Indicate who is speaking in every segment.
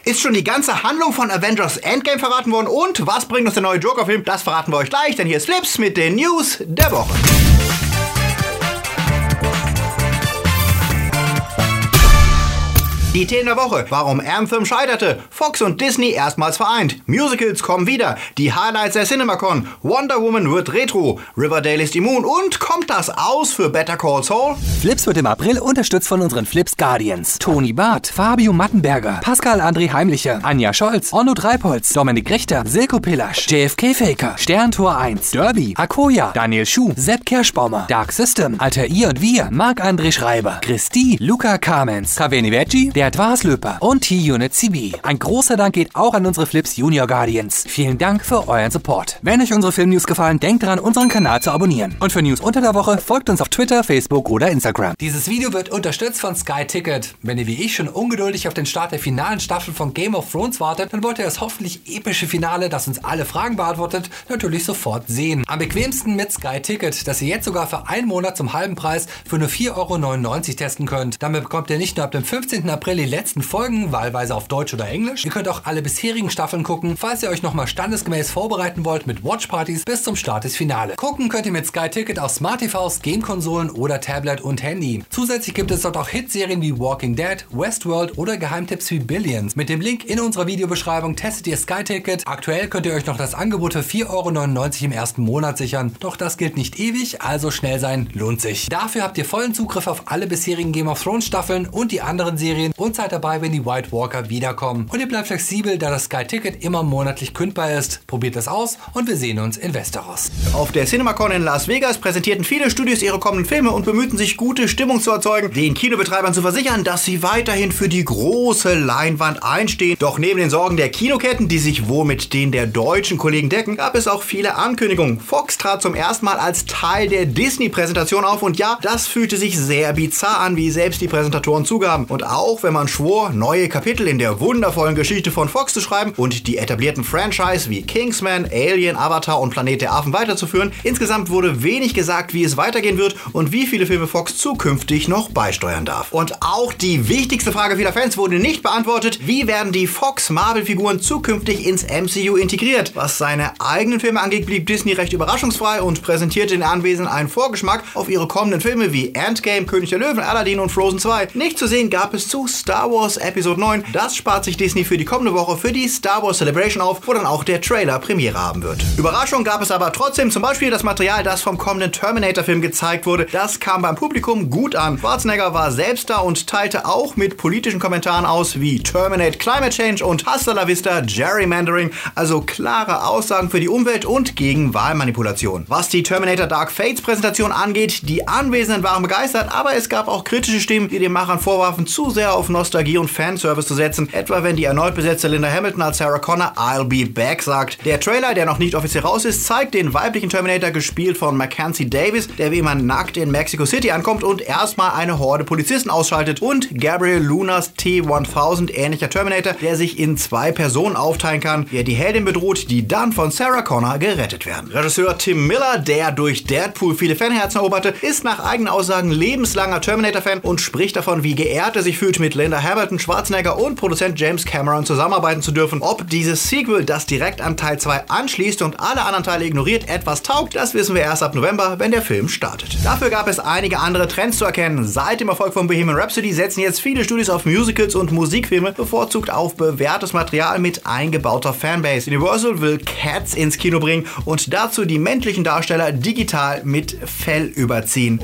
Speaker 1: Ist schon die ganze Handlung von Avengers Endgame verraten worden? Und was bringt uns der neue Joker-Film? Das verraten wir euch gleich, denn hier ist Flips mit den News der Woche. Die Themen der Woche. Warum Anthem scheiterte. Fox und Disney erstmals vereint. Musicals kommen wieder. Die Highlights der CinemaCon. Wonder Woman wird Retro. Riverdale ist immun. Und kommt das aus für Better Call Saul?
Speaker 2: Flips wird im April unterstützt von unseren Flips Guardians. Toni Barth, Fabio Mattenberger, Pascal André Heimlicher, Anja Scholz, Onno Dreipolz, Dominik Richter, Silko Pillasch, JFK Faker, Sterntor 1, Derby, Akoya, Daniel Schuh, Sepp Kerschbaumer, Dark System, Alter I und Wir, Marc-André Schreiber, Christi, Luca Kamens, Kaveni Veggi, der Dwarslöper und T-Unit CB. Ein großer Dank geht auch an unsere Flips Junior Guardians. Vielen Dank für euren Support. Wenn euch unsere Filmnews gefallen, denkt daran, unseren Kanal zu abonnieren. Und für News unter der Woche folgt uns auf Twitter, Facebook oder Instagram. Dieses Video wird unterstützt von Sky Ticket. Wenn ihr wie ich schon ungeduldig auf den Start der finalen Staffel von Game of Thrones wartet, dann wollt ihr das hoffentlich epische Finale, das uns alle Fragen beantwortet, natürlich sofort sehen. Am bequemsten mit Sky Ticket, das ihr jetzt sogar für einen Monat zum halben Preis für nur 4,99 € testen könnt. Damit bekommt ihr nicht nur ab dem 15. April die letzten Folgen, wahlweise auf Deutsch oder Englisch. Ihr könnt auch alle bisherigen Staffeln gucken, falls ihr euch nochmal standesgemäß vorbereiten wollt mit Watchpartys bis zum Start des Finale. Gucken könnt ihr mit Sky Ticket auf Smart TVs, Gamekonsolen oder Tablet und Handy. Zusätzlich gibt es dort auch Hitserien wie Walking Dead, Westworld oder Geheimtipps wie Billions. Mit dem Link in unserer Videobeschreibung testet ihr Sky Ticket. Aktuell könnt ihr euch noch das Angebot für 4,99 € im ersten Monat sichern. Doch das gilt nicht ewig, also schnell sein lohnt sich. Dafür habt ihr vollen Zugriff auf alle bisherigen Game of Thrones Staffeln und die anderen Serien und seid dabei, wenn die White Walker wiederkommen. Und ihr bleibt flexibel, da das Sky Ticket immer monatlich kündbar ist. Probiert es aus und wir sehen uns in Westeros.
Speaker 1: Auf der CinemaCon in Las Vegas präsentierten viele Studios ihre kommenden Filme und bemühten sich, gute Stimmung zu erzeugen, den Kinobetreibern zu versichern, dass sie weiterhin für die große Leinwand einstehen. Doch neben den Sorgen der Kinoketten, die sich wohl mit denen der deutschen Kollegen decken, gab es auch viele Ankündigungen. Fox trat zum ersten Mal als Teil der Disney-Präsentation auf und ja, das fühlte sich sehr bizarr an, wie selbst die Präsentatoren zugaben. Und auch wenn man schwor, neue Kapitel in der wundervollen Geschichte von Fox zu schreiben und die etablierten Franchise wie Kingsman, Alien, Avatar und Planet der Affen weiterzuführen, insgesamt wurde wenig gesagt, wie es weitergehen wird und wie viele Filme Fox zukünftig noch beisteuern darf. Und auch die wichtigste Frage vieler Fans wurde nicht beantwortet: Wie werden die Fox-Marvel-Figuren zukünftig ins MCU integriert? Was seine eigenen Filme angeht, blieb Disney recht überraschungsfrei und präsentierte den Anwesenden einen Vorgeschmack auf ihre kommenden Filme wie Endgame, König der Löwen, Aladdin und Frozen 2. Nicht zu sehen gab es zu Star Wars Episode 9. Das spart sich Disney für die kommende Woche für die Star Wars Celebration auf, wo dann auch der Trailer Premiere haben wird. Überraschung gab es aber trotzdem, zum Beispiel das Material, das vom kommenden Terminator-Film gezeigt wurde. Das kam beim Publikum gut an. Schwarzenegger war selbst da und teilte auch mit politischen Kommentaren aus wie Terminate Climate Change und Hasta la Vista Gerrymandering, also klare Aussagen für die Umwelt und gegen Wahlmanipulation. Was die Terminator Dark Fates Präsentation angeht, die Anwesenden waren begeistert, aber es gab auch kritische Stimmen, die den Machern vorwarfen, zu sehr auf Nostalgie und Fanservice zu setzen, etwa wenn die erneut besetzte Linda Hamilton als Sarah Connor I'll be back sagt. Der Trailer, der noch nicht offiziell raus ist, zeigt den weiblichen Terminator, gespielt von Mackenzie Davis, der wie immer nackt in Mexico City ankommt und erstmal eine Horde Polizisten ausschaltet, und Gabriel Lunas T-1000 ähnlicher Terminator, der sich in zwei Personen aufteilen kann, der die Heldin bedroht, die dann von Sarah Connor gerettet werden. Regisseur Tim Miller, der durch Deadpool viele Fanherzen eroberte, ist nach eigenen Aussagen lebenslanger Terminator-Fan und spricht davon, wie geehrt er sich fühlt, mit Linda Hamilton, Schwarzenegger und Produzent James Cameron zusammenarbeiten zu dürfen. Ob dieses Sequel, das direkt an Teil 2 anschließt und alle anderen Teile ignoriert, etwas taugt, das wissen wir erst ab November, wenn der Film startet. Dafür gab es einige andere Trends zu erkennen. Seit dem Erfolg von Bohemian Rhapsody setzen jetzt viele Studios auf Musicals und Musikfilme, bevorzugt auf bewährtes Material mit eingebauter Fanbase. Universal will Cats ins Kino bringen und dazu die männlichen Darsteller digital mit Fell überziehen.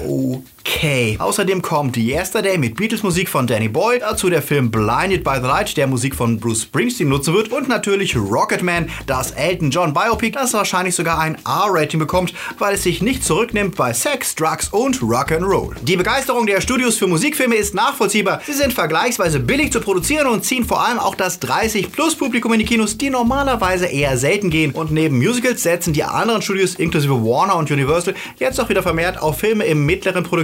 Speaker 1: Okay. Außerdem kommt Yesterday mit Beatles-Musik von Danny Boyle, dazu der Film Blinded by the Light, der Musik von Bruce Springsteen nutzen wird, und natürlich Rocketman, das Elton John Biopic, das wahrscheinlich sogar ein R-Rating bekommt, weil es sich nicht zurücknimmt bei Sex, Drugs und Rock'n'Roll. Die Begeisterung der Studios für Musikfilme ist nachvollziehbar. Sie sind vergleichsweise billig zu produzieren und ziehen vor allem auch das 30-Plus-Publikum in die Kinos, die normalerweise eher selten gehen. Und neben Musicals setzen die anderen Studios inklusive Warner und Universal jetzt auch wieder vermehrt auf Filme im mittleren Produktionsumfang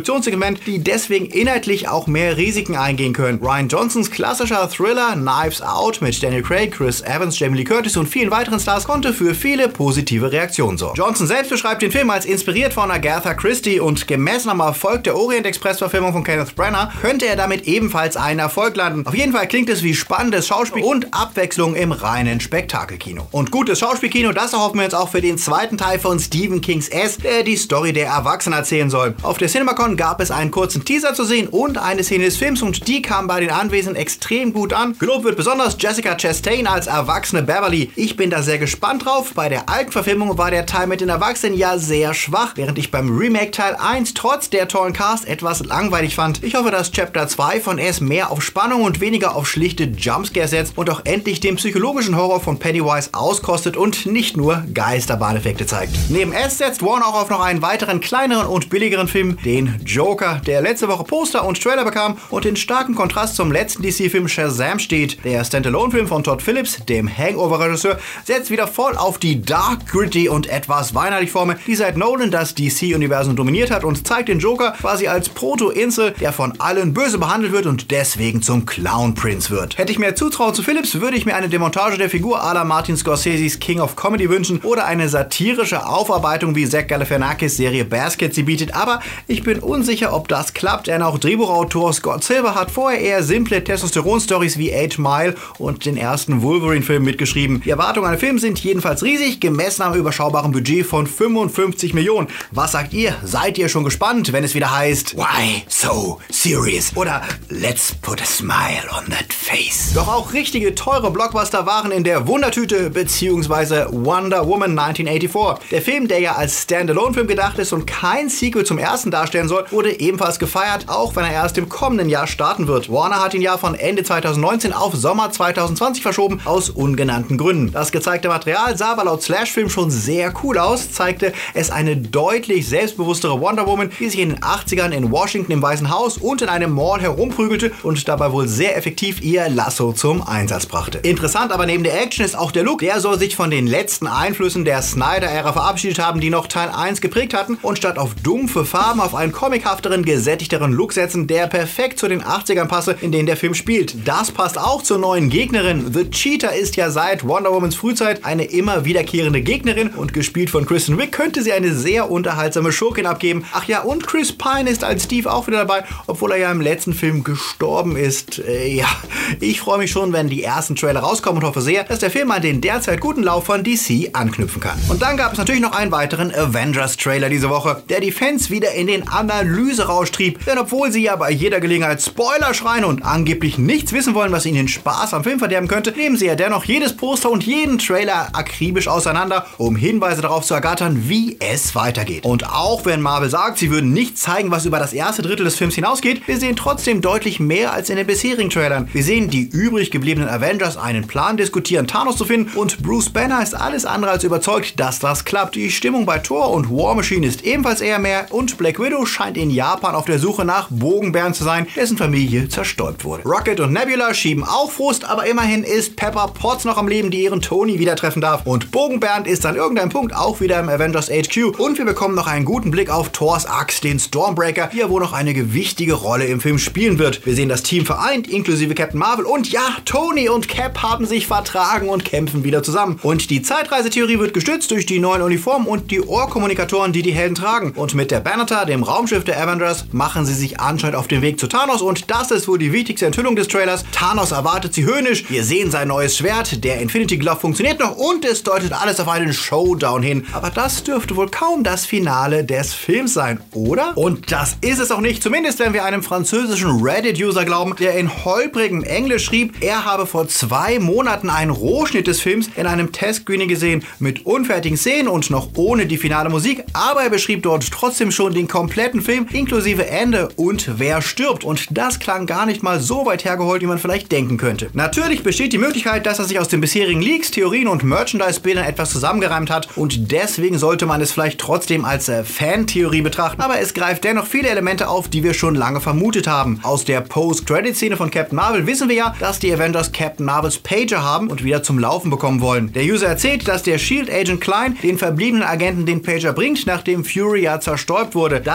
Speaker 1: Produktionssegment, die deswegen inhaltlich auch mehr Risiken eingehen können. Rian Johnsons klassischer Thriller Knives Out mit Daniel Craig, Chris Evans, Jamie Lee Curtis und vielen weiteren Stars konnte für viele positive Reaktionen sorgen. Johnson selbst beschreibt den Film als inspiriert von Agatha Christie und gemessen am Erfolg der Orient-Express-Verfilmung von Kenneth Branagh könnte er damit ebenfalls einen Erfolg landen. Auf jeden Fall klingt es wie spannendes Schauspiel und Abwechslung im reinen Spektakelkino. Und gutes Schauspielkino, das erhoffen wir uns auch für den zweiten Teil von Stephen Kings S, der die Story der Erwachsenen erzählen soll. Auf der CinemaCon gab es einen kurzen Teaser zu sehen und eine Szene des Films und die kam bei den Anwesenden extrem gut an. Gelobt wird besonders Jessica Chastain als erwachsene Beverly. Ich bin da sehr gespannt drauf. Bei der alten Verfilmung war der Teil mit den Erwachsenen ja sehr schwach, während ich beim Remake Teil 1 trotz der tollen Cast etwas langweilig fand. Ich hoffe, dass Chapter 2 von S mehr auf Spannung und weniger auf schlichte Jumpscares setzt und auch endlich den psychologischen Horror von Pennywise auskostet und nicht nur Geisterbahneffekte zeigt. Neben S setzt Warner auch auf noch einen weiteren kleineren und billigeren Film, den Joker, der letzte Woche Poster und Trailer bekam und in starkem Kontrast zum letzten DC-Film Shazam steht. Der Standalone-Film von Todd Phillips, dem Hangover-Regisseur, setzt wieder voll auf die dark, gritty und etwas weinerlich Formel, die seit Nolan das DC-Universum dominiert hat und zeigt den Joker quasi als Proto-Insel, der von allen böse behandelt wird und deswegen zum Clown-Prince wird. Hätte ich mehr Zutrauen zu Phillips, würde ich mir eine Demontage der Figur à la Martin Scorseses King of Comedy wünschen oder eine satirische Aufarbeitung wie Zach Galifianakis Serie Basket sie bietet, aber ich bin unsicher, ob das klappt, denn auch Drehbuchautor Scott Silver hat vorher eher simple Testosteron-Stories wie 8 Mile und den ersten Wolverine-Film mitgeschrieben. Die Erwartungen an den Film sind jedenfalls riesig, gemessen am überschaubaren Budget von 55 Millionen. Was sagt ihr? Seid ihr schon gespannt, wenn es wieder heißt Why so serious? Oder Let's put a smile on that face. Doch auch richtige teure Blockbuster waren in der Wundertüte bzw. Wonder Woman 1984. Der Film, der ja als Standalone-Film gedacht ist und kein Sequel zum ersten darstellen soll, wurde ebenfalls gefeiert, auch wenn er erst im kommenden Jahr starten wird. Warner hat ihn ja von Ende 2019 auf Sommer 2020 verschoben, aus ungenannten Gründen. Das gezeigte Material sah aber laut Slash-Film schon sehr cool aus, zeigte es eine deutlich selbstbewusstere Wonder Woman, die sich in den 80ern in Washington im Weißen Haus und in einem Mall herumprügelte und dabei wohl sehr effektiv ihr Lasso zum Einsatz brachte. Interessant aber neben der Action ist auch der Look. Der soll sich von den letzten Einflüssen der Snyder-Ära verabschiedet haben, die noch Teil 1 geprägt hatten und statt auf dumpfe Farben auf einen comichafteren, gesättigteren Look setzen, der perfekt zu den 80ern passe, in denen der Film spielt. Das passt auch zur neuen Gegnerin. The Cheetah ist ja seit Wonder Womans Frühzeit eine immer wiederkehrende Gegnerin und gespielt von Kristen Wiig könnte sie eine sehr unterhaltsame Schurkin abgeben. Ach ja, und Chris Pine ist als Steve auch wieder dabei, obwohl er ja im letzten Film gestorben ist. Ja, ich freue mich schon, wenn die ersten Trailer rauskommen und hoffe sehr, dass der Film an den derzeit guten Lauf von DC anknüpfen kann. Und dann gab es natürlich noch einen weiteren Avengers-Trailer diese Woche, der die Fans wieder in den Analyserausch trieb. Denn obwohl sie ja bei jeder Gelegenheit Spoiler schreien und angeblich nichts wissen wollen, was ihnen den Spaß am Film verderben könnte, nehmen sie ja dennoch jedes Poster und jeden Trailer akribisch auseinander, um Hinweise darauf zu ergattern, wie es weitergeht. Und auch wenn Marvel sagt, sie würden nicht zeigen, was über das erste Drittel des Films hinausgeht, wir sehen trotzdem deutlich mehr als in den bisherigen Trailern. Wir sehen die übrig gebliebenen Avengers einen Plan diskutieren, Thanos zu finden und Bruce Banner ist alles andere als überzeugt, dass das klappt. Die Stimmung bei Thor und War Machine ist ebenfalls eher mehr und Black Widow scheint in Japan auf der Suche nach Bogenbären zu sein, dessen Familie zerstäubt wurde. Rocket und Nebula schieben auch Frust, aber immerhin ist Pepper Potts noch am Leben, die ihren Tony wieder treffen darf und Bogenbernd ist an irgendeinem Punkt auch wieder im Avengers HQ und wir bekommen noch einen guten Blick auf Thors Axt, den Stormbreaker, die ja wohl noch eine gewichtige Rolle im Film spielen wird. Wir sehen das Team vereint, inklusive Captain Marvel und ja, Tony und Cap haben sich vertragen und kämpfen wieder zusammen. Und die Zeitreisetheorie wird gestützt durch die neuen Uniformen und die Ohrkommunikatoren, die die Helden tragen. Und mit der Banner, dem Raumschiff der Avengers, machen sie sich anscheinend auf den Weg zu Thanos und das ist wohl die wichtigste Enthüllung des Trailers. Thanos erwartet sie höhnisch. Wir sehen sein neues Schwert, der Infinity Glove funktioniert noch und es deutet alles auf einen Showdown hin. Aber das dürfte wohl kaum das Finale des Films sein, oder? Und das ist es auch nicht, zumindest wenn wir einem französischen Reddit-User glauben, der in holprigem Englisch schrieb, er habe vor 2 Monaten einen Rohschnitt des Films in einem Testscreening gesehen mit unfertigen Szenen und noch ohne die finale Musik, aber er beschrieb dort trotzdem schon den kompletten Film inklusive Ende und wer stirbt. Und das klang gar nicht mal so weit hergeholt, wie man vielleicht denken könnte. Natürlich besteht die Möglichkeit, dass er sich aus den bisherigen Leaks, Theorien und Merchandise-Bildern etwas zusammengereimt hat und deswegen sollte man es vielleicht trotzdem als Fan-Theorie betrachten, aber es greift dennoch viele Elemente auf, die wir schon lange vermutet haben. Aus der Post-Credit-Szene von Captain Marvel wissen wir ja, dass die Avengers Captain Marvels Pager haben und wieder zum Laufen bekommen wollen. Der User erzählt, dass der S.H.I.E.L.D.-Agent Klein den verbliebenen Agenten den Pager bringt, nachdem Fury ja zerstäubt wurde. Das spoilert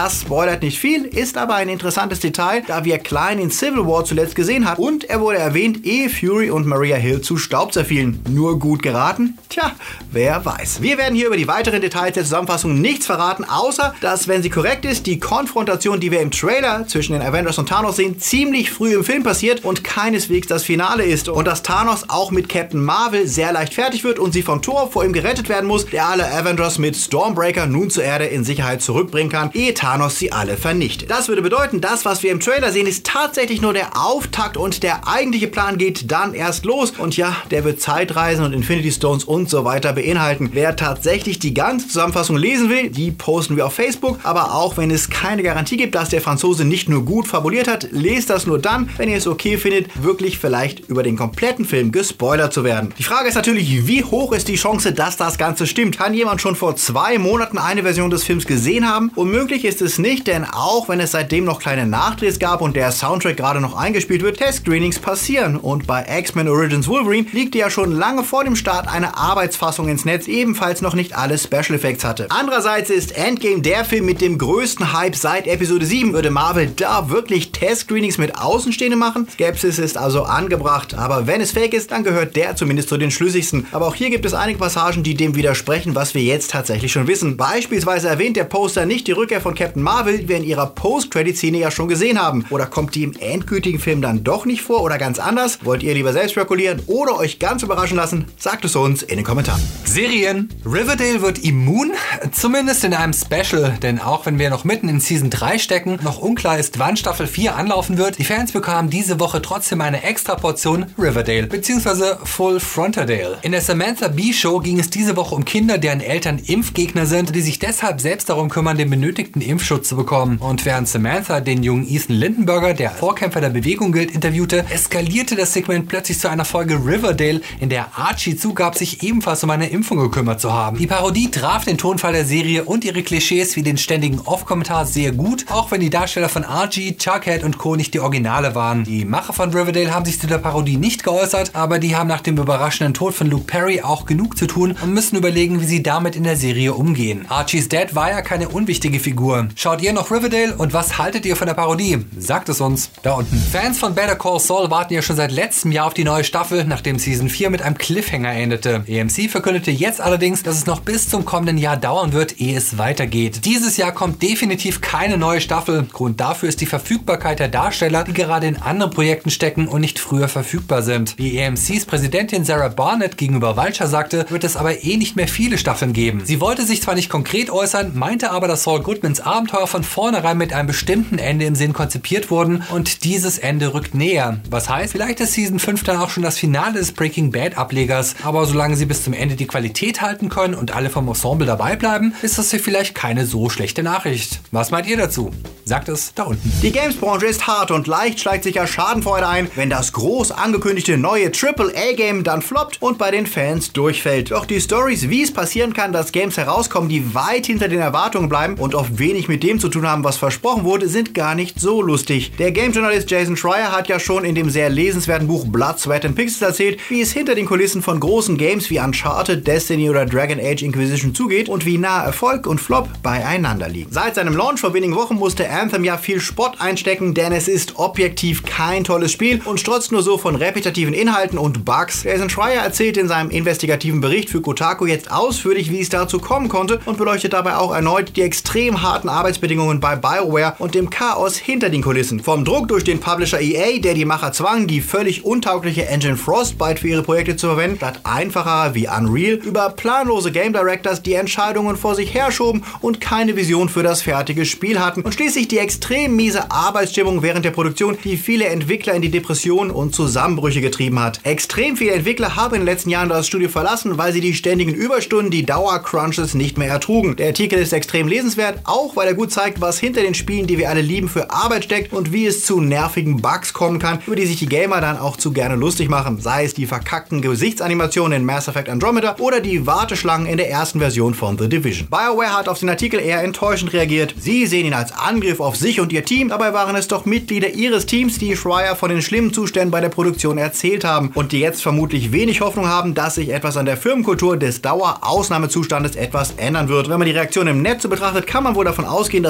Speaker 1: spoilert nicht viel, ist aber ein interessantes Detail, da wir Klein in Civil War zuletzt gesehen hat und er wurde erwähnt, ehe Fury und Maria Hill zu Staub zerfielen. Nur gut geraten? Tja, wer weiß. Wir werden hier über die weiteren Details der Zusammenfassung nichts verraten, außer, dass, wenn sie korrekt ist, die Konfrontation, die wir im Trailer zwischen den Avengers und Thanos sehen, ziemlich früh im Film passiert und keineswegs das Finale ist. Und dass Thanos auch mit Captain Marvel sehr leicht fertig wird und sie von Thor vor ihm gerettet werden muss, der alle Avengers mit Stormbreaker nun zur Erde in Sicherheit zurückbringen kann, ehe Thanos sie alle vernichtet. Das würde bedeuten, das, was wir im Trailer sehen, ist tatsächlich nur der Auftakt und der eigentliche Plan geht dann erst los. Und ja, der wird Zeitreisen und Infinity Stones und so weiter beinhalten. Wer tatsächlich die ganze Zusammenfassung lesen will, die posten wir auf Facebook. Aber auch wenn es keine Garantie gibt, dass der Franzose nicht nur gut fabuliert hat, lest das nur dann, wenn ihr es okay findet, wirklich vielleicht über den kompletten Film gespoilert zu werden. Die Frage ist natürlich, wie hoch ist die Chance, dass das Ganze stimmt? Kann jemand schon vor 2 Monaten eine Version des Films gesehen haben? Unmöglich ist es nicht, denn auch wenn es seitdem noch kleine Nachdrehs gab und der Soundtrack gerade noch eingespielt wird, Test-Screenings passieren. Und bei X-Men Origins Wolverine liegt ja schon lange vor dem Start eine Arbeitsfassung ins Netz, ebenfalls noch nicht alle Special Effects hatte. Andererseits ist Endgame der Film mit dem größten Hype seit Episode 7. Würde Marvel da wirklich Test-Screenings mit Außenstehenden machen? Skepsis ist also angebracht, aber wenn es fake ist, dann gehört der zumindest zu den schlüssigsten. Aber auch hier gibt es einige Passagen, die dem widersprechen, was wir jetzt tatsächlich schon wissen. Beispielsweise erwähnt der Poster nicht die Rückkehr von Captain Marvel, die wir in ihrer Post-Credit-Szene ja schon gesehen haben. Oder kommt die im endgültigen Film dann doch nicht vor oder ganz anders? Wollt ihr lieber selbst spekulieren oder euch ganz überraschen lassen? Sagt es uns in den Kommentaren.
Speaker 2: Serien. Riverdale wird immun, zumindest in einem Special, denn auch wenn wir noch mitten in Season 3 stecken, noch unklar ist, wann Staffel 4 anlaufen wird, die Fans bekamen diese Woche trotzdem eine extra Portion Riverdale, bzw. Full Fronterdale. In der Samantha Bee Show ging es diese Woche um Kinder, deren Eltern Impfgegner sind, die sich deshalb selbst darum kümmern, den benötigten Impfschutz zu bekommen. Und während Samantha den jungen Ethan Lindenberger, der Vorkämpfer der Bewegung gilt, interviewte, eskalierte das Segment plötzlich zu einer Folge Riverdale, in der Archie zugab, sich ebenfalls um eine Impfung gekümmert zu haben. Die Parodie traf den Tonfall der Serie und ihre Klischees wie den ständigen Off-Kommentar sehr gut, auch wenn die Darsteller von Archie, Chuckhead und Co. nicht die Originale waren. Die Macher von Riverdale haben sich zu der Parodie nicht geäußert, aber die haben nach dem überraschenden Tod von Luke Perry auch genug zu tun und müssen überlegen, wie sie damit in der Serie umgehen. Archies Dad war ja keine unwichtige Figur. Schaut ihr noch Riverdale und was haltet ihr von der Parodie? Sagt es uns da unten. Fans von Better Call Saul warten ja schon seit letztem Jahr auf die neue Staffel, nachdem Season 4 mit einem Cliffhanger endete. AMC verkündete jetzt allerdings, dass es noch bis zum kommenden Jahr dauern wird, ehe es weitergeht. Dieses Jahr kommt definitiv keine neue Staffel. Grund dafür ist die Verfügbarkeit der Darsteller, die gerade in anderen Projekten stecken und nicht früher verfügbar sind. Wie AMCs Präsidentin Sarah Barnett gegenüber Vulture sagte, wird es aber nicht mehr viele Staffeln geben. Sie wollte sich zwar nicht konkret äußern, meinte aber, dass Saul Goodmans Abenteuer von vornherein mit einem bestimmten Ende im Sinn konzipiert wurden und dieses Ende rückt näher. Was heißt, vielleicht ist Season 5 dann auch schon das Finale des Breaking Bad Ablegers, aber solange sie bis zum Ende die Qualität halten können und alle vom Ensemble dabei bleiben, ist das hier vielleicht keine so schlechte Nachricht. Was meint ihr dazu? Sagt es da unten.
Speaker 1: Die Games-Branche ist hart und leicht schleicht sich ja Schadenfreude ein, wenn das groß angekündigte neue AAA-Game dann floppt und bei den Fans durchfällt. Doch die Stories, wie es passieren kann, dass Games herauskommen, die weit hinter den Erwartungen bleiben und oft wenig mit dem zu tun haben, was versprochen wurde, sind gar nicht so lustig. Der Game-Journalist Jason Schreier hat ja schon in dem sehr lesenswerten Buch Blood, Sweat and Pixels erzählt, wie es hinter den Kulissen von großen Games wie Uncharted, Destiny oder Dragon Age Inquisition zugeht und wie nah Erfolg und Flop beieinander liegen. Seit seinem Launch vor wenigen Wochen musste Anthem ja viel Spott einstecken, denn es ist objektiv kein tolles Spiel und strotzt nur so von repetitiven Inhalten und Bugs. Jason Schreier erzählt in seinem investigativen Bericht für Kotaku jetzt ausführlich, wie es dazu kommen konnte und beleuchtet dabei auch erneut die extrem harten Arbeitsbedingungen bei BioWare und dem Chaos hinter den Kulissen. Vom Druck durch den Publisher EA, der die Macher zwang, die völlig untaugliche Engine Frostbite für ihre Projekte zu verwenden, statt einfacher wie Unreal, über planlose Game Directors, die Entscheidungen vor sich herschoben und keine Vision für das fertige Spiel hatten und schließlich die extrem miese Arbeitsstimmung während der Produktion, die viele Entwickler in die Depressionen und Zusammenbrüche getrieben hat. Extrem viele Entwickler haben in den letzten Jahren das Studio verlassen, weil sie die ständigen Überstunden, die Dauercrunches nicht mehr ertrugen. Der Artikel ist extrem lesenswert, auch weil er gut zeigt, was hinter den Spielen, die wir alle lieben, für Arbeit steckt und wie es zu nervigen Bugs kommen kann, über die sich die Gamer dann auch zu gerne lustig machen. Sei es die verkackten Gesichtsanimationen in Mass Effect Andromeda oder die Warteschlangen in der ersten Version von The Division. BioWare hat auf den Artikel eher enttäuschend reagiert. Sie sehen ihn als Angriff auf sich und ihr Team, dabei waren es doch Mitglieder ihres Teams, die Schreier von den schlimmen Zuständen bei der Produktion erzählt haben und die jetzt vermutlich wenig Hoffnung haben, dass sich etwas an der Firmenkultur des Dauerausnahmezustandes etwas ändern wird. Wenn man die Reaktion im Netz so betrachtet, kann man wohl davon ausgehen, dass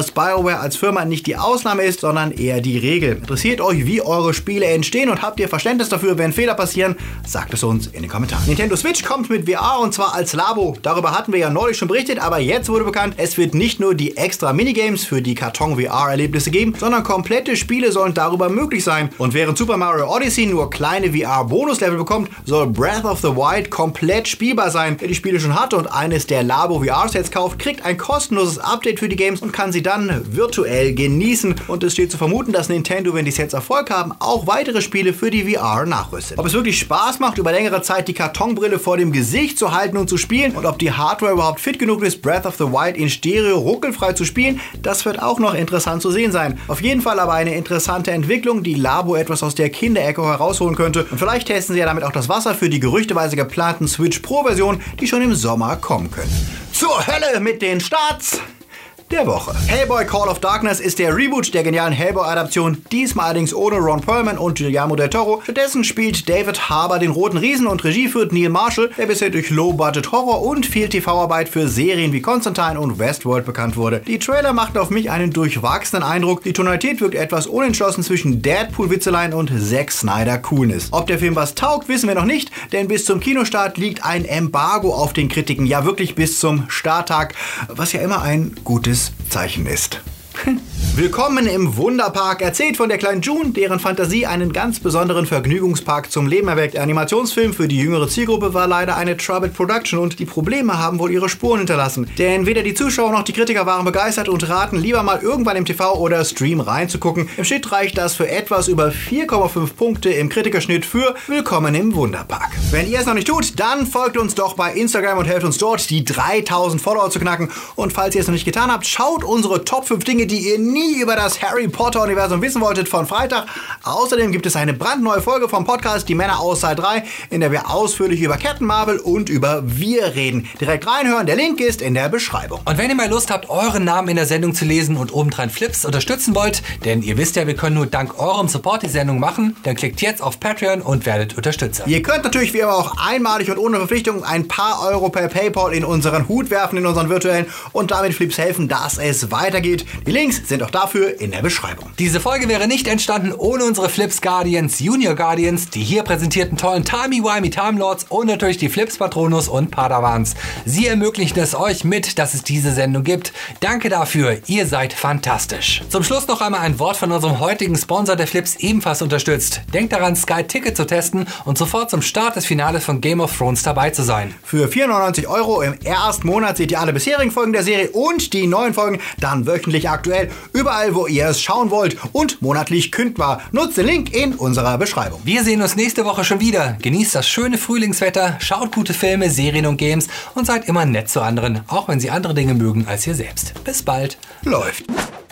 Speaker 1: dass BioWare als Firma nicht die Ausnahme ist, sondern eher die Regel. Interessiert euch, wie eure Spiele entstehen und habt ihr Verständnis dafür, wenn Fehler passieren? Sagt es uns in den Kommentaren. Nintendo Switch kommt mit VR und zwar als Labo. Darüber hatten wir ja neulich schon berichtet, aber jetzt wurde bekannt, es wird nicht nur die extra Minigames für die Karton-VR-Erlebnisse geben, sondern komplette Spiele sollen darüber möglich sein. Und während Super Mario Odyssey nur kleine VR-Bonuslevel bekommt, soll Breath of the Wild komplett spielbar sein. Wer die Spiele schon hatte und eines der Labo VR-Sets kauft, kriegt ein kostenloses Update für die Games und kann sie dann virtuell genießen. Und es steht zu vermuten, dass Nintendo, wenn die Sets Erfolg haben, auch weitere Spiele für die VR nachrüstet. Ob es wirklich Spaß macht, über längere Zeit die Kartonbrille vor dem Gesicht zu halten und zu spielen und ob die Hardware überhaupt fit genug ist, Breath of the Wild in Stereo ruckelfrei zu spielen, das wird auch noch interessant zu sehen sein. Auf jeden Fall aber eine interessante Entwicklung, die Labo etwas aus der Kinderecke herausholen könnte. Und vielleicht testen sie ja damit auch das Wasser für die gerüchteweise geplanten Switch Pro-Versionen, die schon im Sommer kommen können. Zur Hölle mit den Starts der Woche. Hellboy Call of Darkness ist der Reboot der genialen Hellboy-Adaption, diesmal allerdings ohne Ron Perlman und Guillermo del Toro. Stattdessen spielt David Harbour den Roten Riesen und Regie führt Neil Marshall, der bisher durch Low-Budget-Horror und viel TV-Arbeit für Serien wie Constantine und Westworld bekannt wurde. Die Trailer machten auf mich einen durchwachsenen Eindruck. Die Tonalität wirkt etwas unentschlossen zwischen Deadpool-Witzeleien und Zack Snyder-Coolness. Ob der Film was taugt, wissen wir noch nicht, denn bis zum Kinostart liegt ein Embargo auf den Kritiken. Ja, wirklich bis zum Starttag, was ja immer ein gutes Zeichen ist. Willkommen im Wunderpark, erzählt von der kleinen June, deren Fantasie einen ganz besonderen Vergnügungspark zum Leben erweckt. Der Animationsfilm für die jüngere Zielgruppe war leider eine Troubled Production und die Probleme haben wohl ihre Spuren hinterlassen. Denn weder die Zuschauer noch die Kritiker waren begeistert und raten lieber mal irgendwann im TV oder Stream reinzugucken. Im Schnitt reicht das für etwas über 4,5 Punkte im Kritikerschnitt für Willkommen im Wunderpark. Wenn ihr es noch nicht tut, dann folgt uns doch bei Instagram und helft uns dort, die 3000 Follower zu knacken. Und falls ihr es noch nicht getan habt, schaut unsere Top 5 Dinge, die ihr nie über das Harry Potter-Universum wissen wolltet, von Freitag. Außerdem gibt es eine brandneue Folge vom Podcast Die Männer aus Saal 3, in der wir ausführlich über Captain Marvel und über Wir reden. Direkt reinhören, der Link ist in der Beschreibung.
Speaker 2: Und wenn ihr mal Lust habt, euren Namen in der Sendung zu lesen und obendrein Flips unterstützen wollt, denn ihr wisst ja, wir können nur dank eurem Support die Sendung machen, dann klickt jetzt auf Patreon und werdet Unterstützer.
Speaker 1: Ihr könnt natürlich wie immer auch einmalig und ohne Verpflichtung ein paar Euro per PayPal in unseren Hut werfen, in unseren virtuellen, und damit Flips helfen, dass es weitergeht. Die Links sind auch dafür in der Beschreibung.
Speaker 2: Diese Folge wäre nicht entstanden ohne unsere Flips Guardians, Junior Guardians, die hier präsentierten tollen Timey-Wimey Time Lords und natürlich die Flips Patronus und Padawans. Sie ermöglichen es euch mit, dass es diese Sendung gibt. Danke dafür, ihr seid fantastisch. Zum Schluss noch einmal ein Wort von unserem heutigen Sponsor, der Flips ebenfalls unterstützt. Denkt daran, Sky Ticket zu testen und sofort zum Start des Finales von Game of Thrones dabei zu sein.
Speaker 1: Für 4,99 € im ersten Monat seht ihr alle bisherigen Folgen der Serie und die neuen Folgen dann wöchentlich aktuell, überall wo ihr es schauen wollt und monatlich kündbar. Nutzt den Link in unserer Beschreibung.
Speaker 2: Wir sehen uns nächste Woche schon wieder. Genießt das schöne Frühlingswetter, schaut gute Filme, Serien und Games und seid immer nett zu anderen, auch wenn sie andere Dinge mögen als ihr selbst. Bis bald.
Speaker 1: Läuft.